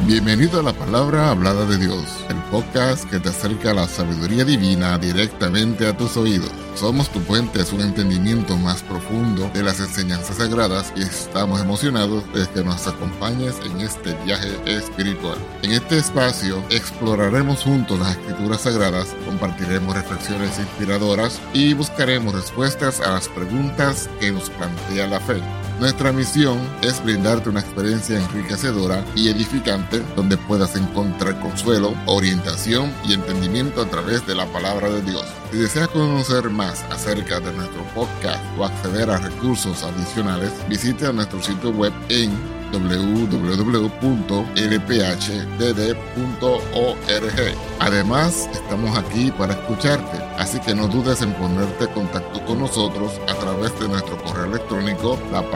Bienvenido a la Palabra Hablada de Dios, el podcast que te acerca a la sabiduría divina directamente a tus oídos. Somos tu puente a un entendimiento más profundo de las enseñanzas sagradas y estamos emocionados de que nos acompañes en este viaje espiritual. En este espacio exploraremos juntos las escrituras sagradas, compartiremos reflexiones inspiradoras y buscaremos respuestas a las preguntas que nos plantea la fe. Nuestra misión es brindarte una experiencia enriquecedora y edificante donde puedas encontrar consuelo, orientación y entendimiento a través de la palabra de Dios. Si deseas conocer más acerca de nuestro podcast o acceder a recursos adicionales, visita nuestro sitio web en www.lphdd.org. Además, estamos aquí para escucharte, así que no dudes en ponerte en contacto con nosotros a través de nuestro correo electrónico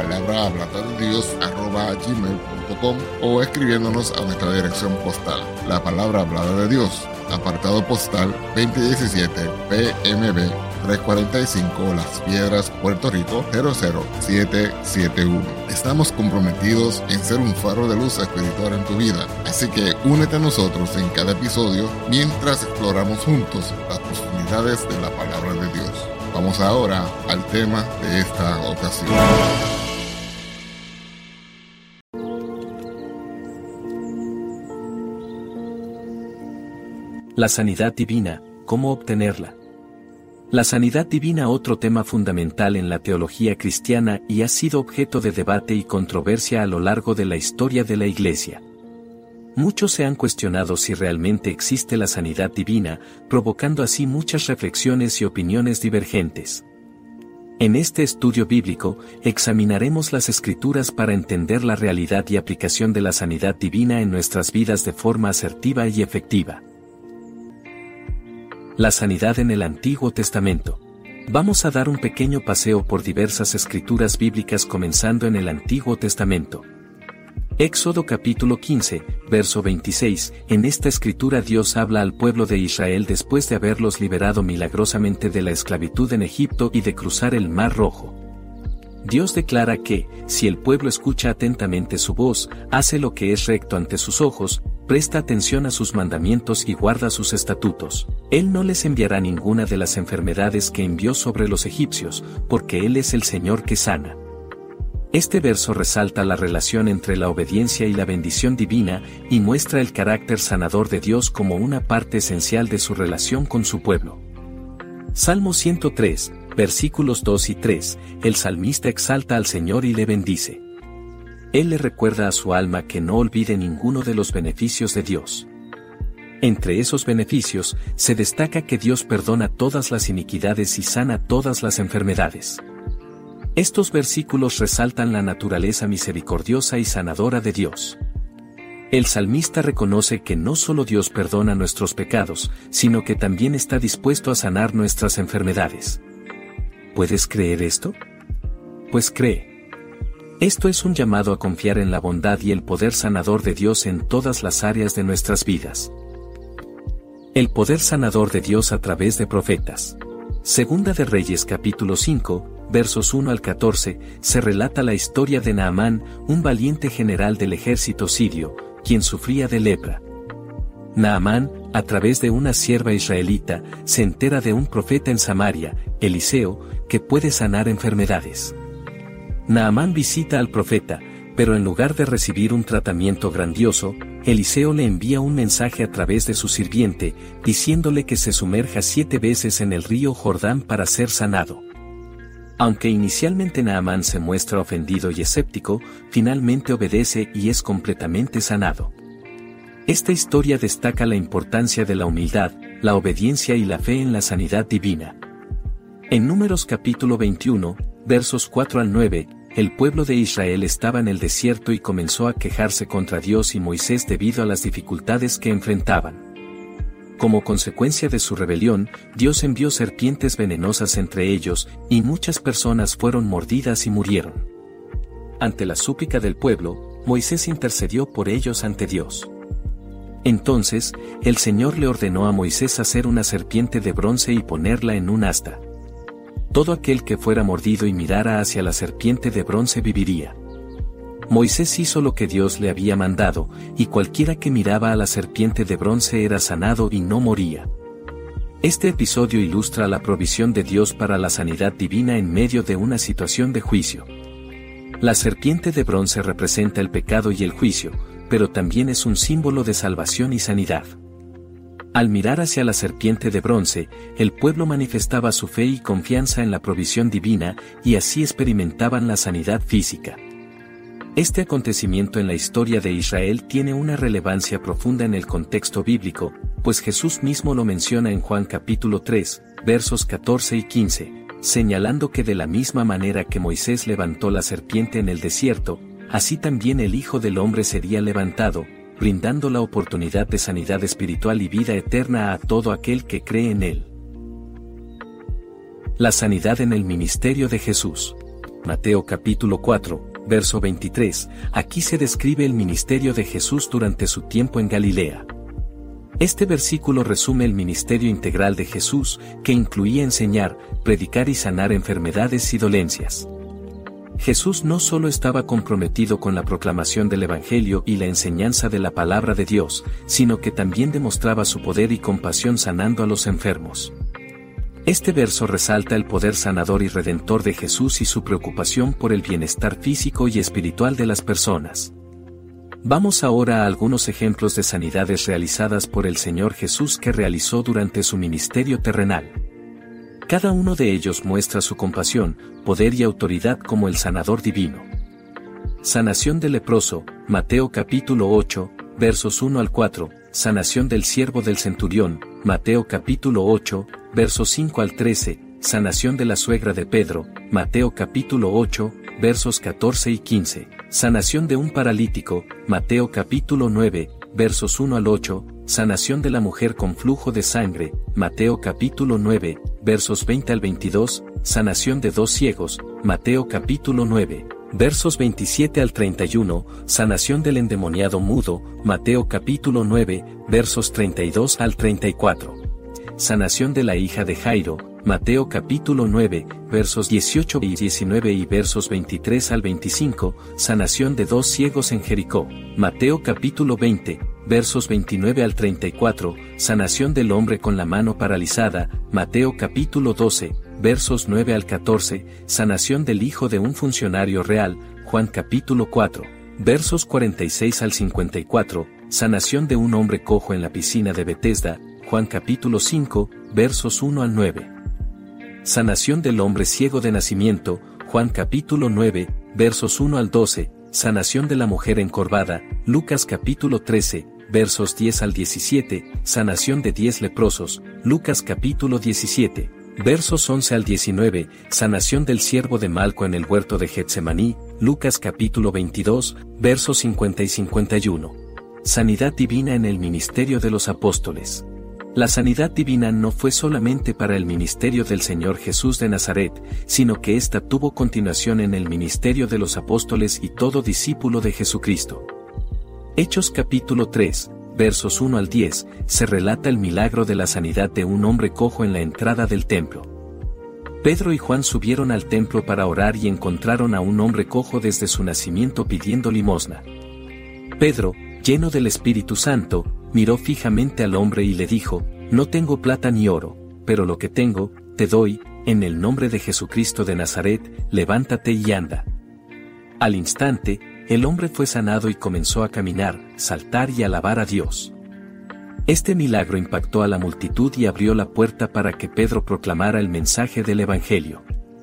lapalabrahabladadedios@gmail.com o escribiéndonos a nuestra dirección postal, La Palabra Hablada de Dios, apartado postal 2017 PMB 345 Las Piedras, Puerto Rico 00771. Estamos comprometidos en ser un faro de luz espiritual en tu vida, así que únete a nosotros en cada episodio mientras exploramos juntos las profundidades de la palabra de Dios. Vamos ahora al tema de esta ocasión. La sanidad divina, ¿cómo obtenerla? La sanidad divina, otro tema fundamental en la teología cristiana y ha sido objeto de debate y controversia a lo largo de la historia de la Iglesia. Muchos se han cuestionado si realmente existe la sanidad divina, provocando así muchas reflexiones y opiniones divergentes. En este estudio bíblico, examinaremos las Escrituras para entender la realidad y aplicación de la sanidad divina en nuestras vidas de forma asertiva y efectiva. La sanidad en el Antiguo Testamento. Vamos a dar un pequeño paseo por diversas escrituras bíblicas comenzando en el Antiguo Testamento. Éxodo capítulo 15, verso 26, en esta escritura Dios habla al pueblo de Israel después de haberlos liberado milagrosamente de la esclavitud en Egipto y de cruzar el Mar Rojo. Dios declara que, si el pueblo escucha atentamente su voz, hace lo que es recto ante sus ojos, presta atención a sus mandamientos y guarda sus estatutos, Él no les enviará ninguna de las enfermedades que envió sobre los egipcios, porque Él es el Señor que sana. Este verso resalta la relación entre la obediencia y la bendición divina y muestra el carácter sanador de Dios como una parte esencial de su relación con su pueblo. Salmo 103, versículos 2 y 3, el salmista exalta al Señor y le bendice. Él le recuerda a su alma que no olvide ninguno de los beneficios de Dios. Entre esos beneficios, se destaca que Dios perdona todas las iniquidades y sana todas las enfermedades. Estos versículos resaltan la naturaleza misericordiosa y sanadora de Dios. El salmista reconoce que no solo Dios perdona nuestros pecados, sino que también está dispuesto a sanar nuestras enfermedades. ¿Puedes creer esto? Pues cree. Esto es un llamado a confiar en la bondad y el poder sanador de Dios en todas las áreas de nuestras vidas. El poder sanador de Dios a través de profetas. Segunda de Reyes capítulo 5, versos 1 al 14, se relata la historia de Naamán, un valiente general del ejército sirio, quien sufría de lepra. Naamán, a través de una sierva israelita, se entera de un profeta en Samaria, Eliseo, que puede sanar enfermedades. Naamán visita al profeta, pero en lugar de recibir un tratamiento grandioso, Eliseo le envía un mensaje a través de su sirviente, diciéndole que se sumerja 7 veces en el río Jordán para ser sanado. Aunque inicialmente Naamán se muestra ofendido y escéptico, finalmente obedece y es completamente sanado. Esta historia destaca la importancia de la humildad, la obediencia y la fe en la sanidad divina. En Números capítulo 21, versos 4 al 9, el pueblo de Israel estaba en el desierto y comenzó a quejarse contra Dios y Moisés debido a las dificultades que enfrentaban. Como consecuencia de su rebelión, Dios envió serpientes venenosas entre ellos, y muchas personas fueron mordidas y murieron. Ante la súplica del pueblo, Moisés intercedió por ellos ante Dios. Entonces, el Señor le ordenó a Moisés hacer una serpiente de bronce y ponerla en un asta. Todo aquel que fuera mordido y mirara hacia la serpiente de bronce viviría. Moisés hizo lo que Dios le había mandado, y cualquiera que miraba a la serpiente de bronce era sanado y no moría. Este episodio ilustra la provisión de Dios para la sanidad divina en medio de una situación de juicio. La serpiente de bronce representa el pecado y el juicio, pero también es un símbolo de salvación y sanidad. Al mirar hacia la serpiente de bronce, el pueblo manifestaba su fe y confianza en la provisión divina, y así experimentaban la sanidad física. Este acontecimiento en la historia de Israel tiene una relevancia profunda en el contexto bíblico, pues Jesús mismo lo menciona en Juan capítulo 3, versos 14 y 15, señalando que de la misma manera que Moisés levantó la serpiente en el desierto, así también el Hijo del Hombre sería levantado, brindando la oportunidad de sanidad espiritual y vida eterna a todo aquel que cree en él. La sanidad en el ministerio de Jesús. Mateo capítulo 4, verso 23, aquí se describe el ministerio de Jesús durante su tiempo en Galilea. Este versículo resume el ministerio integral de Jesús, que incluía enseñar, predicar y sanar enfermedades y dolencias. Jesús no solo estaba comprometido con la proclamación del Evangelio y la enseñanza de la palabra de Dios, sino que también demostraba su poder y compasión sanando a los enfermos. Este verso resalta el poder sanador y redentor de Jesús y su preocupación por el bienestar físico y espiritual de las personas. Vamos ahora a algunos ejemplos de sanidades realizadas por el Señor Jesús que realizó durante su ministerio terrenal. Cada uno de ellos muestra su compasión, poder y autoridad como el sanador divino. Sanación del leproso, Mateo capítulo 8, versos 1 al 4, sanación del siervo del centurión, Mateo capítulo 8, versos 5 al 13, sanación de la suegra de Pedro, Mateo capítulo 8, versos 14 y 15, sanación de un paralítico, Mateo capítulo 9, versos 1 al 8, sanación de la mujer con flujo de sangre, Mateo capítulo 9, versos 20 al 22, sanación de 2 ciegos, Mateo capítulo 9, versos 27 al 31, sanación del endemoniado mudo, Mateo capítulo 9, versos 32 al 34. Sanación de la hija de Jairo, Mateo capítulo 9, versos 18 y 19 y versos 23 al 25, sanación de 2 ciegos en Jericó, Mateo capítulo 20, versos 29 al 34, sanación del hombre con la mano paralizada, Mateo capítulo 12, versos 9 al 14, sanación del hijo de un funcionario real, Juan capítulo 4, versos 46 al 54, sanación de un hombre cojo en la piscina de Betesda, Juan capítulo 5, versos 1 al 9. Sanación del hombre ciego de nacimiento, Juan capítulo 9, versos 1 al 12, sanación de la mujer encorvada, Lucas capítulo 13, versos 10 al 17, sanación de 10 leprosos, Lucas capítulo 17, versos 11 al 19, sanación del siervo de Malco en el huerto de Getsemaní, Lucas capítulo 22, versos 50 y 51. Sanidad divina en el ministerio de los apóstoles. La sanidad divina no fue solamente para el ministerio del Señor Jesús de Nazaret, sino que ésta tuvo continuación en el ministerio de los apóstoles y todo discípulo de Jesucristo. Hechos capítulo 3, versos 1 al 10, se relata el milagro de la sanidad de un hombre cojo en la entrada del templo. Pedro y Juan subieron al templo para orar y encontraron a un hombre cojo desde su nacimiento pidiendo limosna. Pedro, lleno del Espíritu Santo, miró fijamente al hombre y le dijo: «No tengo plata ni oro, pero lo que tengo, te doy, en el nombre de Jesucristo de Nazaret, levántate y anda». Al instante, el hombre fue sanado y comenzó a caminar, saltar y alabar a Dios. Este milagro impactó a la multitud y abrió la puerta para que Pedro proclamara el mensaje del Evangelio.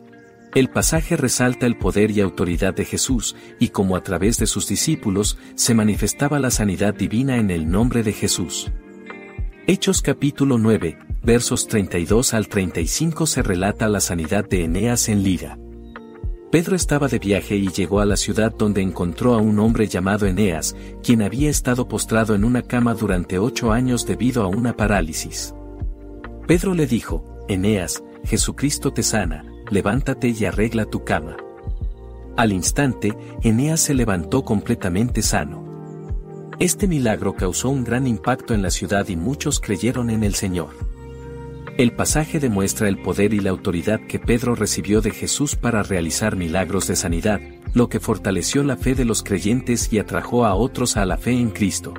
El pasaje resalta el poder y autoridad de Jesús, y cómo a través de sus discípulos se manifestaba la sanidad divina en el nombre de Jesús. Hechos capítulo 9, versos 32 al 35 se relata la sanidad de Eneas en Lida. Pedro estaba de viaje y llegó a la ciudad donde encontró a un hombre llamado Eneas, quien había estado postrado en una cama durante 8 años debido a una parálisis. Pedro le dijo: «Eneas, Jesucristo te sana, levántate y arregla tu cama». Al instante, Eneas se levantó completamente sano. Este milagro causó un gran impacto en la ciudad y muchos creyeron en el Señor. El pasaje demuestra el poder y la autoridad que Pedro recibió de Jesús para realizar milagros de sanidad, lo que fortaleció la fe de los creyentes y atrajo a otros a la fe en Cristo.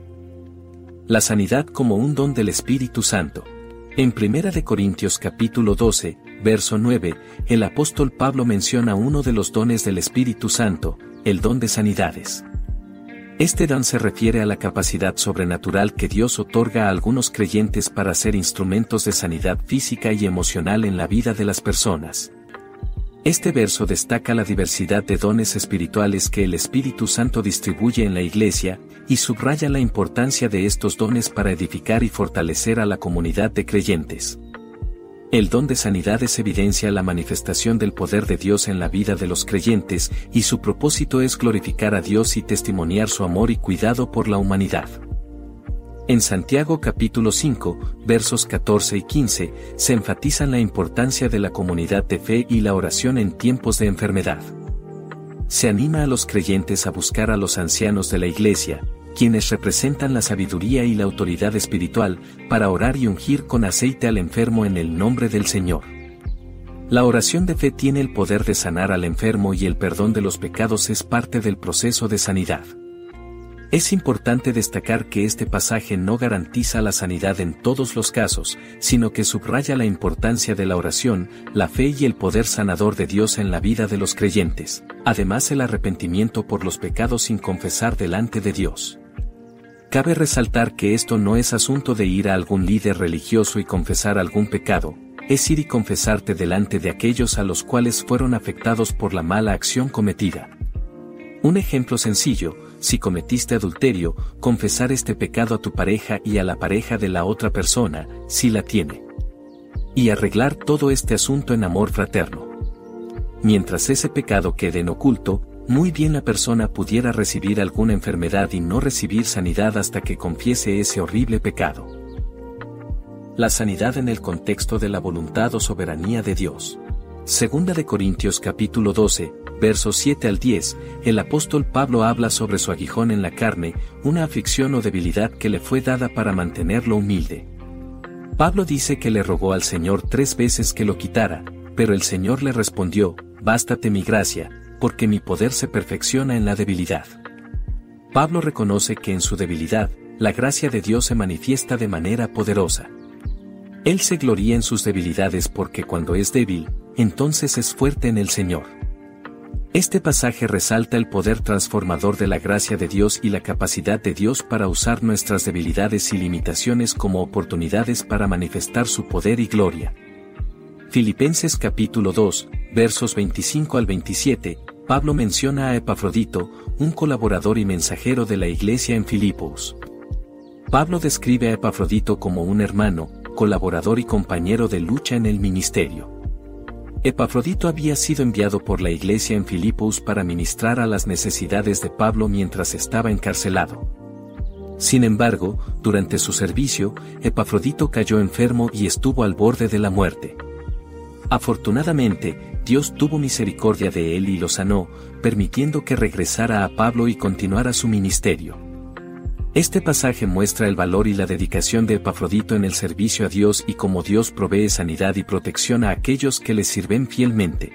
La sanidad como un don del Espíritu Santo. En 1 Corintios capítulo 12, verso 9, el apóstol Pablo menciona uno de los dones del Espíritu Santo, el don de sanidades. Este don se refiere a la capacidad sobrenatural que Dios otorga a algunos creyentes para ser instrumentos de sanidad física y emocional en la vida de las personas. Este verso destaca la diversidad de dones espirituales que el Espíritu Santo distribuye en la Iglesia, y subraya la importancia de estos dones para edificar y fortalecer a la comunidad de creyentes. El don de sanidades evidencia la manifestación del poder de Dios en la vida de los creyentes, y su propósito es glorificar a Dios y testimoniar su amor y cuidado por la humanidad. En Santiago capítulo 5, versos 14 y 15, se enfatizan la importancia de la comunidad de fe y la oración en tiempos de enfermedad. Se anima a los creyentes a buscar a los ancianos de la Iglesia, quienes representan la sabiduría y la autoridad espiritual, para orar y ungir con aceite al enfermo en el nombre del Señor. La oración de fe tiene el poder de sanar al enfermo y el perdón de los pecados es parte del proceso de sanidad. Es importante destacar que este pasaje no garantiza la sanidad en todos los casos, sino que subraya la importancia de la oración, la fe y el poder sanador de Dios en la vida de los creyentes, además el arrepentimiento por los pecados sin confesar delante de Dios. Cabe resaltar que esto no es asunto de ir a algún líder religioso y confesar algún pecado, es ir y confesarte delante de aquellos a los cuales fueron afectados por la mala acción cometida. Un ejemplo sencillo: si cometiste adulterio, confesar este pecado a tu pareja y a la pareja de la otra persona, si la tiene. Y arreglar todo este asunto en amor fraterno. Mientras ese pecado quede en oculto, muy bien la persona pudiera recibir alguna enfermedad y no recibir sanidad hasta que confiese ese horrible pecado. La sanidad en el contexto de la voluntad o soberanía de Dios. 2 Corintios capítulo 12, versos 7 al 10, el apóstol Pablo habla sobre su aguijón en la carne, una aflicción o debilidad que le fue dada para mantenerlo humilde. Pablo dice que le rogó al Señor 3 veces que lo quitara, pero el Señor le respondió: «Bástate mi gracia, porque mi poder se perfecciona en la debilidad». Pablo reconoce que en su debilidad, la gracia de Dios se manifiesta de manera poderosa. Él se gloría en sus debilidades porque cuando es débil, entonces es fuerte en el Señor. Este pasaje resalta el poder transformador de la gracia de Dios y la capacidad de Dios para usar nuestras debilidades y limitaciones como oportunidades para manifestar su poder y gloria. Filipenses capítulo 2, versos 25 al 27, Pablo menciona a Epafrodito, un colaborador y mensajero de la iglesia en Filipos. Pablo describe a Epafrodito como un hermano, colaborador y compañero de lucha en el ministerio. Epafrodito había sido enviado por la iglesia en Filipos para ministrar a las necesidades de Pablo mientras estaba encarcelado. Sin embargo, durante su servicio, Epafrodito cayó enfermo y estuvo al borde de la muerte. Afortunadamente, Dios tuvo misericordia de él y lo sanó, permitiendo que regresara a Pablo y continuara su ministerio. Este pasaje muestra el valor y la dedicación de Epafrodito en el servicio a Dios y cómo Dios provee sanidad y protección a aquellos que le sirven fielmente.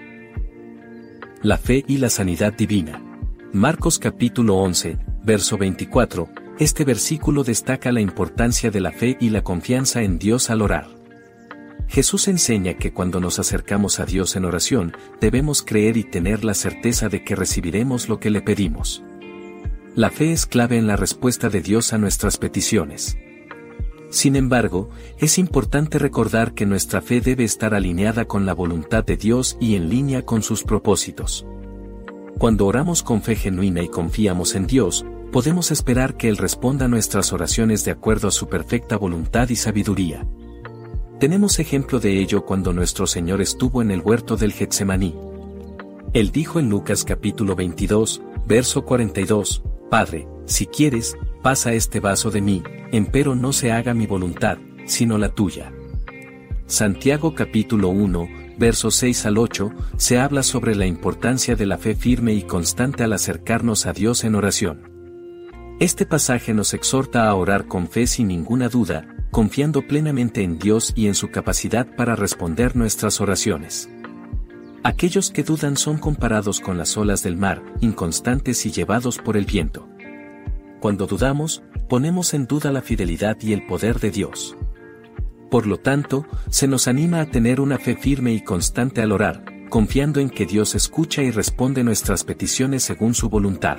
La fe y la sanidad divina. Marcos capítulo 11, verso 24, este versículo destaca la importancia de la fe y la confianza en Dios al orar. Jesús enseña que cuando nos acercamos a Dios en oración, debemos creer y tener la certeza de que recibiremos lo que le pedimos. La fe es clave en la respuesta de Dios a nuestras peticiones. Sin embargo, es importante recordar que nuestra fe debe estar alineada con la voluntad de Dios y en línea con sus propósitos. Cuando oramos con fe genuina y confiamos en Dios, podemos esperar que Él responda a nuestras oraciones de acuerdo a su perfecta voluntad y sabiduría. Tenemos ejemplo de ello cuando nuestro Señor estuvo en el huerto del Getsemaní. Él dijo en Lucas capítulo 22, verso 42, «Padre, si quieres, pasa este vaso de mí, empero no se haga mi voluntad, sino la tuya». Santiago capítulo 1, versos 6 al 8, se habla sobre la importancia de la fe firme y constante al acercarnos a Dios en oración. Este pasaje nos exhorta a orar con fe sin ninguna duda, confiando plenamente en Dios y en su capacidad para responder nuestras oraciones. Aquellos que dudan son comparados con las olas del mar, inconstantes y llevados por el viento. Cuando dudamos, ponemos en duda la fidelidad y el poder de Dios. Por lo tanto, se nos anima a tener una fe firme y constante al orar, confiando en que Dios escucha y responde nuestras peticiones según su voluntad.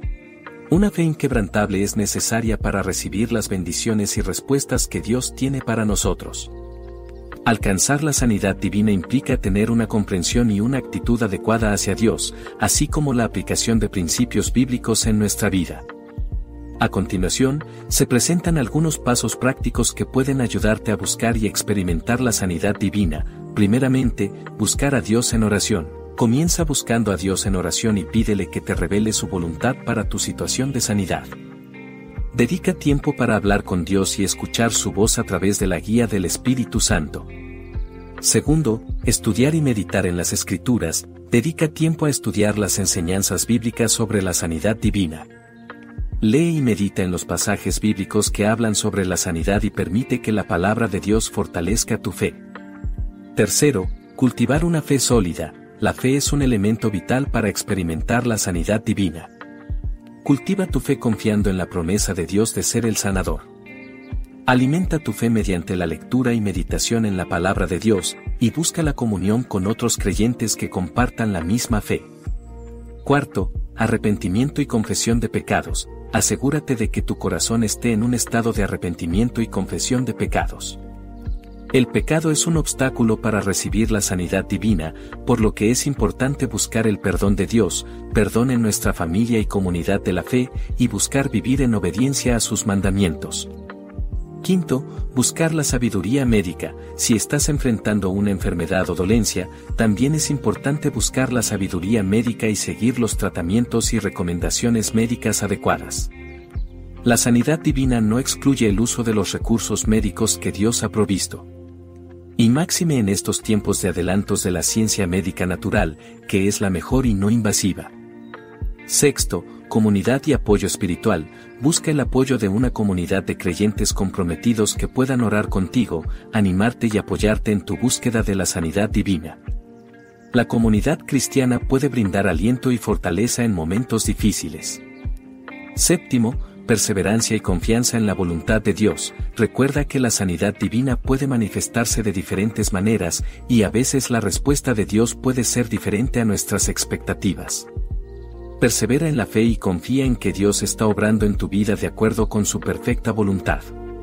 Una fe inquebrantable es necesaria para recibir las bendiciones y respuestas que Dios tiene para nosotros. Alcanzar la sanidad divina implica tener una comprensión y una actitud adecuada hacia Dios, así como la aplicación de principios bíblicos en nuestra vida. A continuación, se presentan algunos pasos prácticos que pueden ayudarte a buscar y experimentar la sanidad divina. Primeramente, buscar a Dios en oración. Comienza buscando a Dios en oración y pídele que te revele su voluntad para tu situación de sanidad. Dedica tiempo para hablar con Dios y escuchar su voz a través de la guía del Espíritu Santo. Segundo, estudiar y meditar en las Escrituras. Dedica tiempo a estudiar las enseñanzas bíblicas sobre la sanidad divina. Lee y medita en los pasajes bíblicos que hablan sobre la sanidad y permite que la palabra de Dios fortalezca tu fe. Tercero, cultivar una fe sólida. La fe es un elemento vital para experimentar la sanidad divina. Cultiva tu fe confiando en la promesa de Dios de ser el sanador. Alimenta tu fe mediante la lectura y meditación en la palabra de Dios, y busca la comunión con otros creyentes que compartan la misma fe. Cuarto, arrepentimiento y confesión de pecados. Asegúrate de que tu corazón esté en un estado de arrepentimiento y confesión de pecados. El pecado es un obstáculo para recibir la sanidad divina, por lo que es importante buscar el perdón de Dios, perdón en nuestra familia y comunidad de la fe, y buscar vivir en obediencia a sus mandamientos. Quinto, buscar la sabiduría médica. Si estás enfrentando una enfermedad o dolencia, también es importante buscar la sabiduría médica y seguir los tratamientos y recomendaciones médicas adecuadas. La sanidad divina no excluye el uso de los recursos médicos que Dios ha provisto. Y máxime en estos tiempos de adelantos de la ciencia médica natural, que es la mejor y no invasiva. Sexto, comunidad y apoyo espiritual. Busca el apoyo de una comunidad de creyentes comprometidos que puedan orar contigo, animarte y apoyarte en tu búsqueda de la sanidad divina. La comunidad cristiana puede brindar aliento y fortaleza en momentos difíciles. Séptimo, perseverancia y confianza en la voluntad de Dios. Recuerda que la sanidad divina puede manifestarse de diferentes maneras, y a veces la respuesta de Dios puede ser diferente a nuestras expectativas. Persevera en la fe y confía en que Dios está obrando en tu vida de acuerdo con su perfecta voluntad.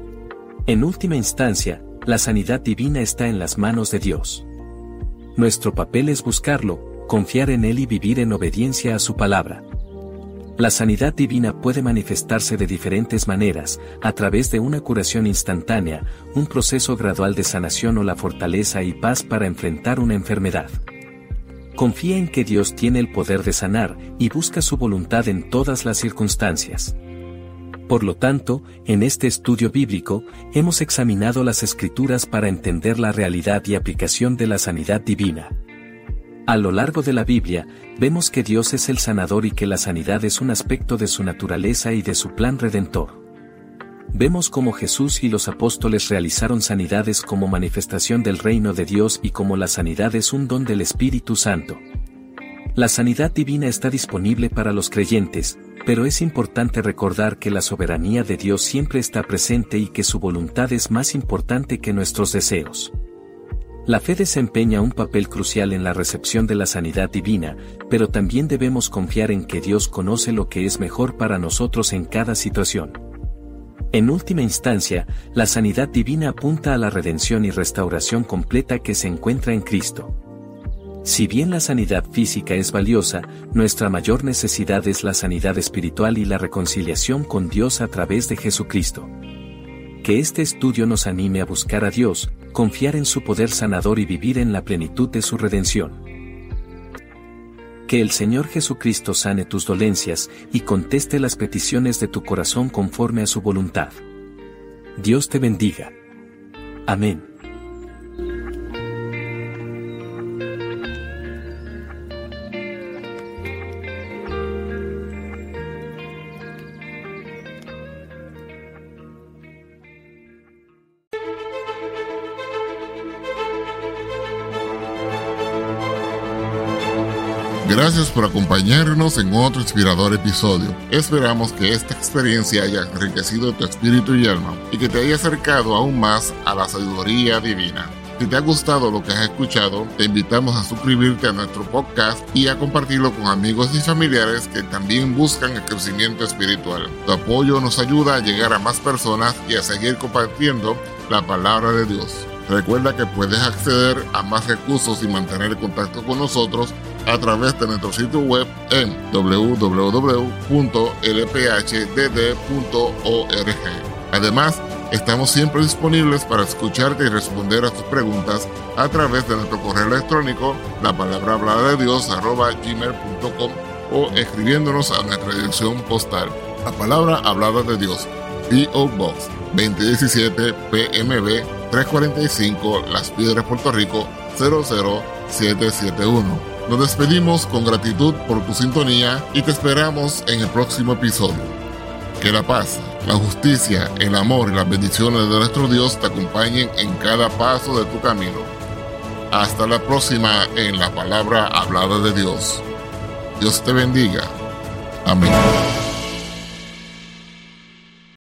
En última instancia, la sanidad divina está en las manos de Dios. Nuestro papel es buscarlo, confiar en Él y vivir en obediencia a su palabra. La sanidad divina puede manifestarse de diferentes maneras, a través de una curación instantánea, un proceso gradual de sanación o la fortaleza y paz para enfrentar una enfermedad. Confía en que Dios tiene el poder de sanar, y busca su voluntad en todas las circunstancias. Por lo tanto, en este estudio bíblico, hemos examinado las Escrituras para entender la realidad y aplicación de la sanidad divina. A lo largo de la Biblia, vemos que Dios es el sanador y que la sanidad es un aspecto de su naturaleza y de su plan redentor. Vemos cómo Jesús y los apóstoles realizaron sanidades como manifestación del reino de Dios y cómo la sanidad es un don del Espíritu Santo. La sanidad divina está disponible para los creyentes, pero es importante recordar que la soberanía de Dios siempre está presente y que su voluntad es más importante que nuestros deseos. La fe desempeña un papel crucial en la recepción de la sanidad divina, pero también debemos confiar en que Dios conoce lo que es mejor para nosotros en cada situación. En última instancia, la sanidad divina apunta a la redención y restauración completa que se encuentra en Cristo. Si bien la sanidad física es valiosa, nuestra mayor necesidad es la sanidad espiritual y la reconciliación con Dios a través de Jesucristo. Que este estudio nos anime a buscar a Dios, confiar en su poder sanador y vivir en la plenitud de su redención. Que el Señor Jesucristo sane tus dolencias y conteste las peticiones de tu corazón conforme a su voluntad. Dios te bendiga. Amén. Gracias por acompañarnos en otro inspirador episodio. Esperamos que esta experiencia haya enriquecido tu espíritu y alma y que te haya acercado aún más a la sabiduría divina. Si te ha gustado lo que has escuchado, te invitamos a suscribirte a nuestro podcast y a compartirlo con amigos y familiares que también buscan el crecimiento espiritual. Tu apoyo nos ayuda a llegar a más personas y a seguir compartiendo la palabra de Dios. Recuerda que puedes acceder a más recursos y mantener contacto con nosotros a través de nuestro sitio web en www.lphdd.org. Además, estamos siempre disponibles para escucharte y responder a tus preguntas a través de nuestro correo electrónico, lapalabrahabladadios@gmail.com, o escribiéndonos a nuestra dirección postal, La Palabra Hablada de Dios, P.O. Box 2017 PMB 345, Las Piedras, Puerto Rico 00771. Nos despedimos con gratitud por tu sintonía y te esperamos en el próximo episodio. Que la paz, la justicia, el amor y las bendiciones de nuestro Dios te acompañen en cada paso de tu camino. Hasta la próxima en La Palabra Hablada de Dios. Dios te bendiga. Amén.